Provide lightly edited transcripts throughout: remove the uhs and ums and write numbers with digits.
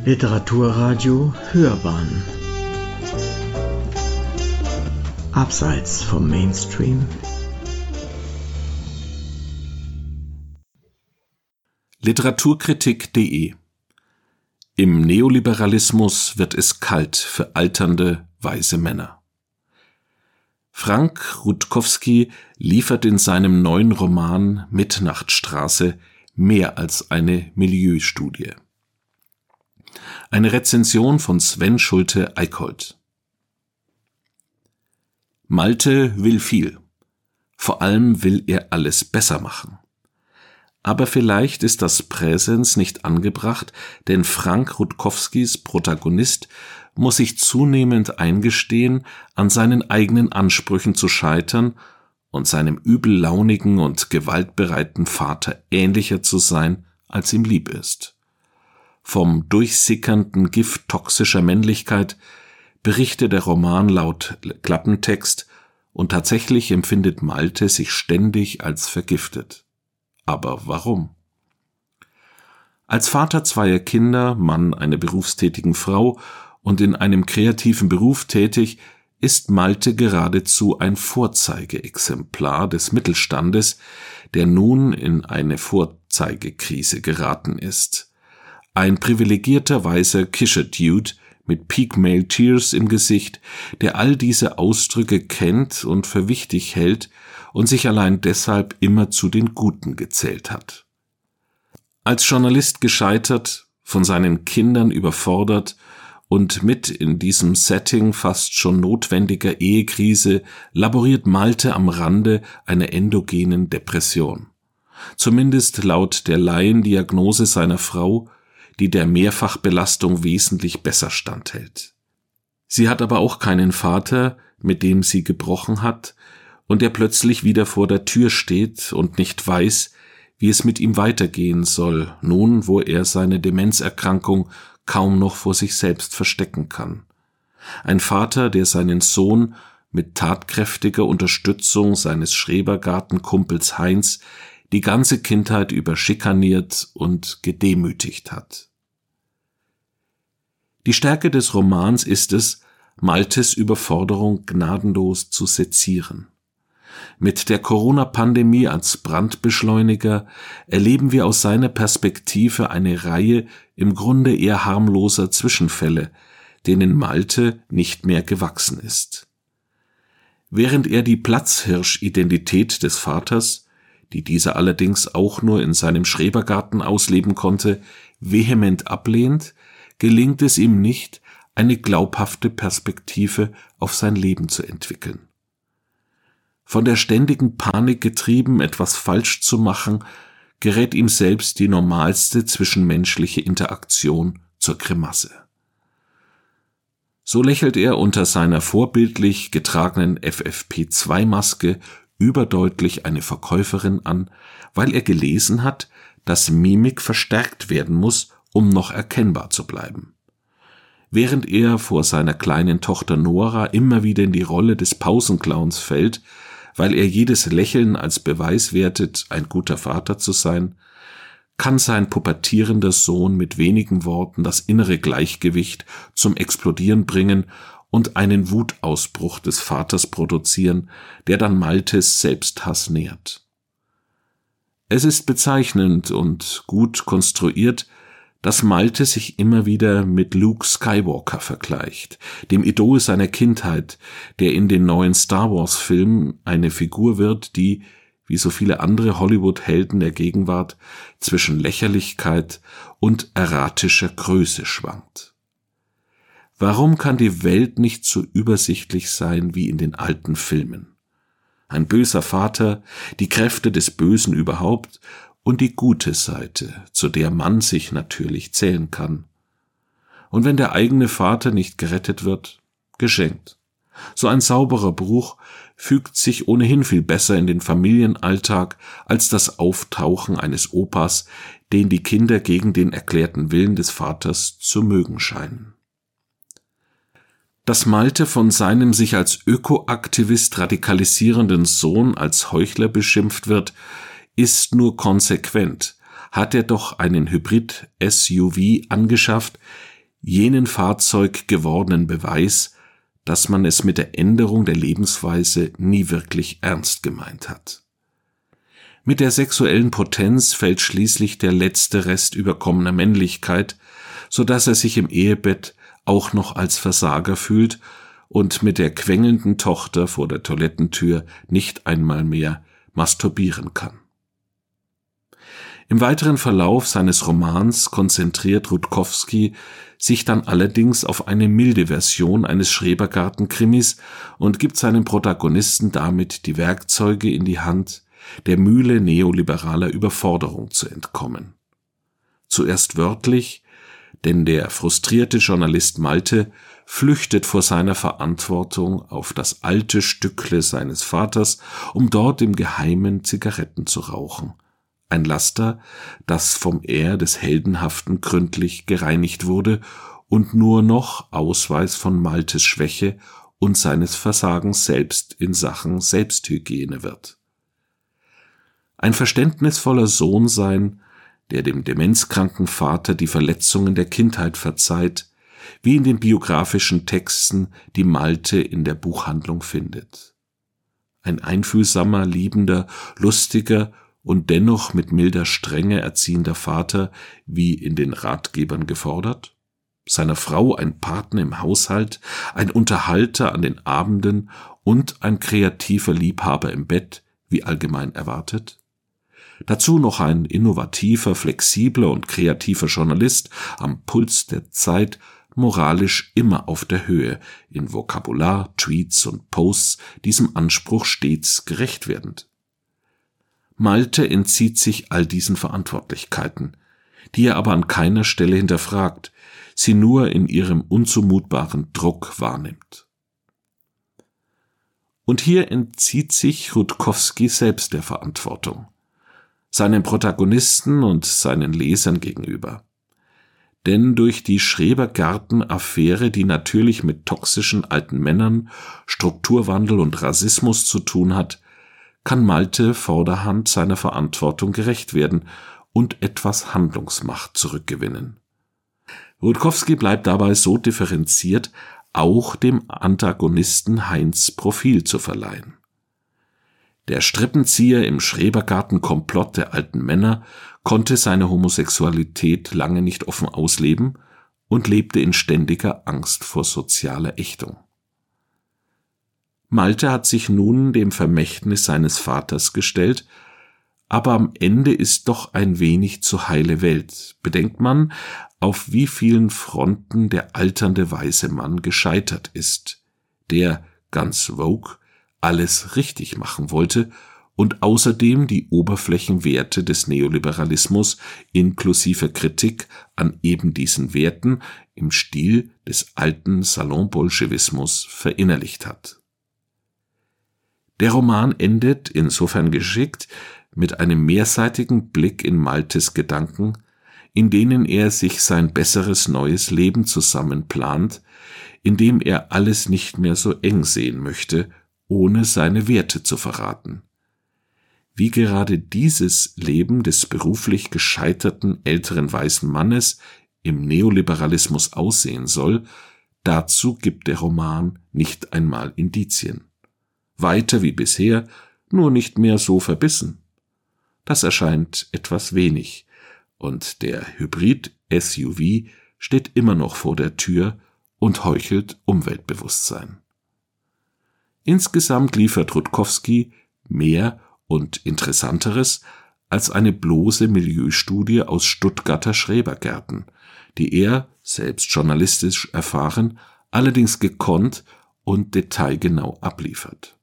Literaturradio Hörbahn Abseits vom Mainstream. Literaturkritik.de. Im Neoliberalismus wird es kalt für alternde, weise Männer. Frank Rutkowski liefert in seinem neuen Roman Mitternachtstraße mehr als eine Milieustudie. Eine Rezension von Sven Schulte-Eickholt. Malte will viel. Vor allem will er alles besser machen. Aber vielleicht ist das Präsens nicht angebracht, denn Frank Rutkowskis Protagonist muss sich zunehmend eingestehen, an seinen eigenen Ansprüchen zu scheitern und seinem übellaunigen und gewaltbereiten Vater ähnlicher zu sein, als ihm lieb ist. Vom durchsickernden Gift toxischer Männlichkeit berichtet der Roman laut Klappentext, und tatsächlich empfindet Malte sich ständig als vergiftet. Aber warum? Als Vater zweier Kinder, Mann einer berufstätigen Frau und in einem kreativen Beruf tätig, ist Malte geradezu ein Vorzeigeexemplar des Mittelstandes, der nun in eine Vorzeigekrise geraten ist. Ein privilegierter weißer Kischer-Dude mit Peak-Male-Tears im Gesicht, der all diese Ausdrücke kennt und für wichtig hält und sich allein deshalb immer zu den Guten gezählt hat. Als Journalist gescheitert, von seinen Kindern überfordert und mit in diesem Setting fast schon notwendiger Ehekrise laboriert Malte am Rande einer endogenen Depression. Zumindest laut der Laiendiagnose seiner Frau, die der Mehrfachbelastung wesentlich besser standhält. Sie hat aber auch keinen Vater, mit dem sie gebrochen hat und der plötzlich wieder vor der Tür steht und nicht weiß, wie es mit ihm weitergehen soll, nun wo er seine Demenzerkrankung kaum noch vor sich selbst verstecken kann. Ein Vater, der seinen Sohn mit tatkräftiger Unterstützung seines Schrebergartenkumpels Heinz die ganze Kindheit über schikaniert und gedemütigt hat. Die Stärke des Romans ist es, Maltes Überforderung gnadenlos zu sezieren. Mit der Corona-Pandemie als Brandbeschleuniger erleben wir aus seiner Perspektive eine Reihe im Grunde eher harmloser Zwischenfälle, denen Malte nicht mehr gewachsen ist. Während er die Platzhirsch-Identität des Vaters, die dieser allerdings auch nur in seinem Schrebergarten ausleben konnte, vehement ablehnt, gelingt es ihm nicht, eine glaubhafte Perspektive auf sein Leben zu entwickeln. Von der ständigen Panik getrieben, etwas falsch zu machen, gerät ihm selbst die normalste zwischenmenschliche Interaktion zur Grimasse. So lächelt er unter seiner vorbildlich getragenen FFP2-Maske überdeutlich eine Verkäuferin an, weil er gelesen hat, dass Mimik verstärkt werden muss, um noch erkennbar zu bleiben. Während er vor seiner kleinen Tochter Nora immer wieder in die Rolle des Pausenclowns fällt, weil er jedes Lächeln als Beweis wertet, ein guter Vater zu sein, kann sein pubertierender Sohn mit wenigen Worten das innere Gleichgewicht zum Explodieren bringen und einen Wutausbruch des Vaters produzieren, der dann Maltes Selbsthass nährt. Es ist bezeichnend und gut konstruiert, dass Malte sich immer wieder mit Luke Skywalker vergleicht, dem Idol seiner Kindheit, der in den neuen Star-Wars-Filmen eine Figur wird, die, wie so viele andere Hollywood-Helden der Gegenwart, zwischen Lächerlichkeit und erratischer Größe schwankt. Warum kann die Welt nicht so übersichtlich sein wie in den alten Filmen? Ein böser Vater, die Kräfte des Bösen überhaupt und die gute Seite, zu der man sich natürlich zählen kann. Und wenn der eigene Vater nicht gerettet wird, geschenkt. So ein sauberer Bruch fügt sich ohnehin viel besser in den Familienalltag als das Auftauchen eines Opas, den die Kinder gegen den erklärten Willen des Vaters zu mögen scheinen. Dass Malte von seinem sich als Ökoaktivist radikalisierenden Sohn als Heuchler beschimpft wird, ist nur konsequent, hat er doch einen Hybrid-SUV angeschafft, jenen Fahrzeug gewordenen Beweis, dass man es mit der Änderung der Lebensweise nie wirklich ernst gemeint hat. Mit der sexuellen Potenz fällt schließlich der letzte Rest überkommener Männlichkeit, so dass er sich im Ehebett auch noch als Versager fühlt und mit der quengelnden Tochter vor der Toilettentür nicht einmal mehr masturbieren kann. Im weiteren Verlauf seines Romans konzentriert Rutkowski sich dann allerdings auf eine milde Version eines Schrebergarten-Krimis und gibt seinem Protagonisten damit die Werkzeuge in die Hand, der Mühle neoliberaler Überforderung zu entkommen. Zuerst wörtlich, denn der frustrierte Journalist Malte flüchtet vor seiner Verantwortung auf das alte Stückle seines Vaters, um dort im Geheimen Zigaretten zu rauchen. Ein Laster, das vom Air des Heldenhaften gründlich gereinigt wurde und nur noch Ausweis von Maltes Schwäche und seines Versagens selbst in Sachen Selbsthygiene wird. Ein verständnisvoller Sohn sein, der dem demenzkranken Vater die Verletzungen der Kindheit verzeiht, wie in den biografischen Texten, die Malte in der Buchhandlung findet. Ein einfühlsamer, liebender, lustiger und dennoch mit milder Strenge erziehender Vater, wie in den Ratgebern gefordert? Seiner Frau ein Partner im Haushalt, ein Unterhalter an den Abenden und ein kreativer Liebhaber im Bett, wie allgemein erwartet? Dazu noch ein innovativer, flexibler und kreativer Journalist am Puls der Zeit, moralisch immer auf der Höhe, in Vokabular, Tweets und Posts diesem Anspruch stets gerecht werdend. Malte entzieht sich all diesen Verantwortlichkeiten, die er aber an keiner Stelle hinterfragt, sie nur in ihrem unzumutbaren Druck wahrnimmt. Und hier entzieht sich Rutkowski selbst der Verantwortung, seinen Protagonisten und seinen Lesern gegenüber. Denn durch die Schrebergarten-Affäre, die natürlich mit toxischen alten Männern, Strukturwandel und Rassismus zu tun hat, kann Malte vorderhand seiner Verantwortung gerecht werden und etwas Handlungsmacht zurückgewinnen. Rutkowski bleibt dabei so differenziert, auch dem Antagonisten Heinz Profil zu verleihen. Der Strippenzieher im Schrebergarten-Komplott der alten Männer konnte seine Homosexualität lange nicht offen ausleben und lebte in ständiger Angst vor sozialer Ächtung. Malte hat sich nun dem Vermächtnis seines Vaters gestellt, aber am Ende ist doch ein wenig zu heile Welt. Bedenkt man, auf wie vielen Fronten der alternde weise Mann gescheitert ist, der, ganz vogue, alles richtig machen wollte und außerdem die Oberflächenwerte des Neoliberalismus inklusive Kritik an eben diesen Werten im Stil des alten Salonbolschewismus verinnerlicht hat. Der Roman endet, insofern geschickt, mit einem mehrseitigen Blick in Maltes Gedanken, in denen er sich sein besseres neues Leben zusammenplant, in dem er alles nicht mehr so eng sehen möchte, ohne seine Werte zu verraten. Wie gerade dieses Leben des beruflich gescheiterten älteren weißen Mannes im Neoliberalismus aussehen soll, dazu gibt der Roman nicht einmal Indizien. Weiter wie bisher, nur nicht mehr so verbissen. Das erscheint etwas wenig, und der Hybrid-SUV steht immer noch vor der Tür und heuchelt Umweltbewusstsein. Insgesamt liefert Rutkowski mehr und Interessanteres als eine bloße Milieustudie aus Stuttgarter Schrebergärten, die er, selbst journalistisch erfahren, allerdings gekonnt und detailgenau abliefert.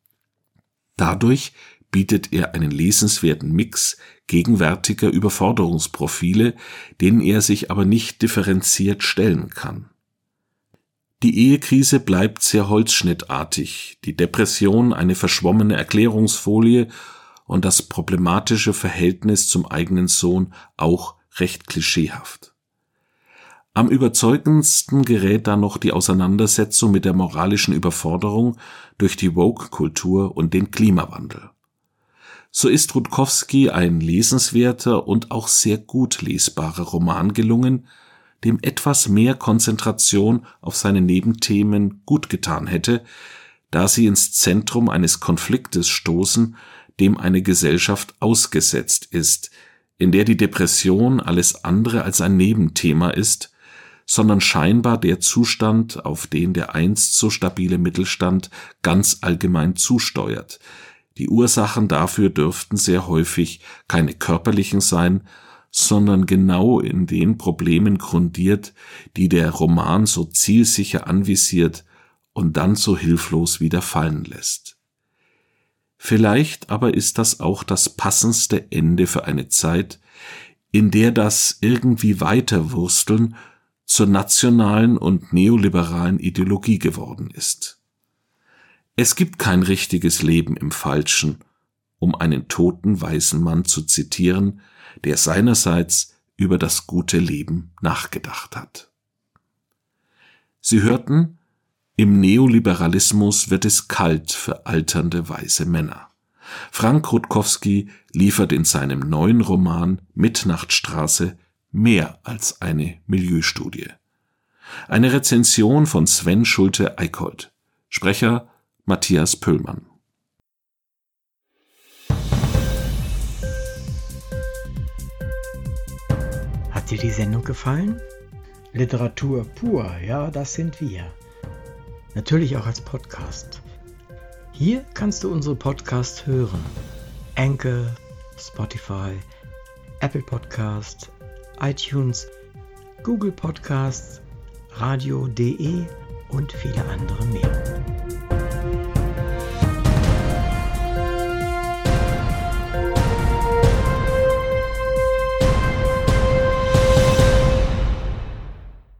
Dadurch bietet er einen lesenswerten Mix gegenwärtiger Überforderungsprofile, denen er sich aber nicht differenziert stellen kann. Die Ehekrise bleibt sehr holzschnittartig, die Depression eine verschwommene Erklärungsfolie und das problematische Verhältnis zum eigenen Sohn auch recht klischeehaft. Am überzeugendsten gerät da noch die Auseinandersetzung mit der moralischen Überforderung durch die Woke-Kultur und den Klimawandel. So ist Rutkowski ein lesenswerter und auch sehr gut lesbarer Roman gelungen, dem etwas mehr Konzentration auf seine Nebenthemen gut getan hätte, da sie ins Zentrum eines Konfliktes stoßen, dem eine Gesellschaft ausgesetzt ist, in der die Depression alles andere als ein Nebenthema ist, sondern scheinbar der Zustand, auf den der einst so stabile Mittelstand ganz allgemein zusteuert. Die Ursachen dafür dürften sehr häufig keine körperlichen sein, sondern genau in den Problemen grundiert, die der Roman so zielsicher anvisiert und dann so hilflos wieder fallen lässt. Vielleicht aber ist das auch das passendste Ende für eine Zeit, in der das irgendwie Weiterwursteln zur nationalen und neoliberalen Ideologie geworden ist. Es gibt kein richtiges Leben im Falschen, um einen toten weißen Mann zu zitieren, der seinerseits über das gute Leben nachgedacht hat. Sie hörten, im Neoliberalismus wird es kalt für alternde weiße Männer. Frank Rutkowski liefert in seinem neuen Roman Mitternachtstraße mehr als eine Milieustudie. Eine Rezension von Sven Schulte-Eickholt. Sprecher Matthias Pöllmann. Hat dir die Sendung gefallen? Literatur pur, ja, das sind wir. Natürlich auch als Podcast. Hier kannst du unsere Podcasts hören. Anchor, Spotify, Apple Podcast, iTunes, Google Podcasts, radio.de und viele andere mehr.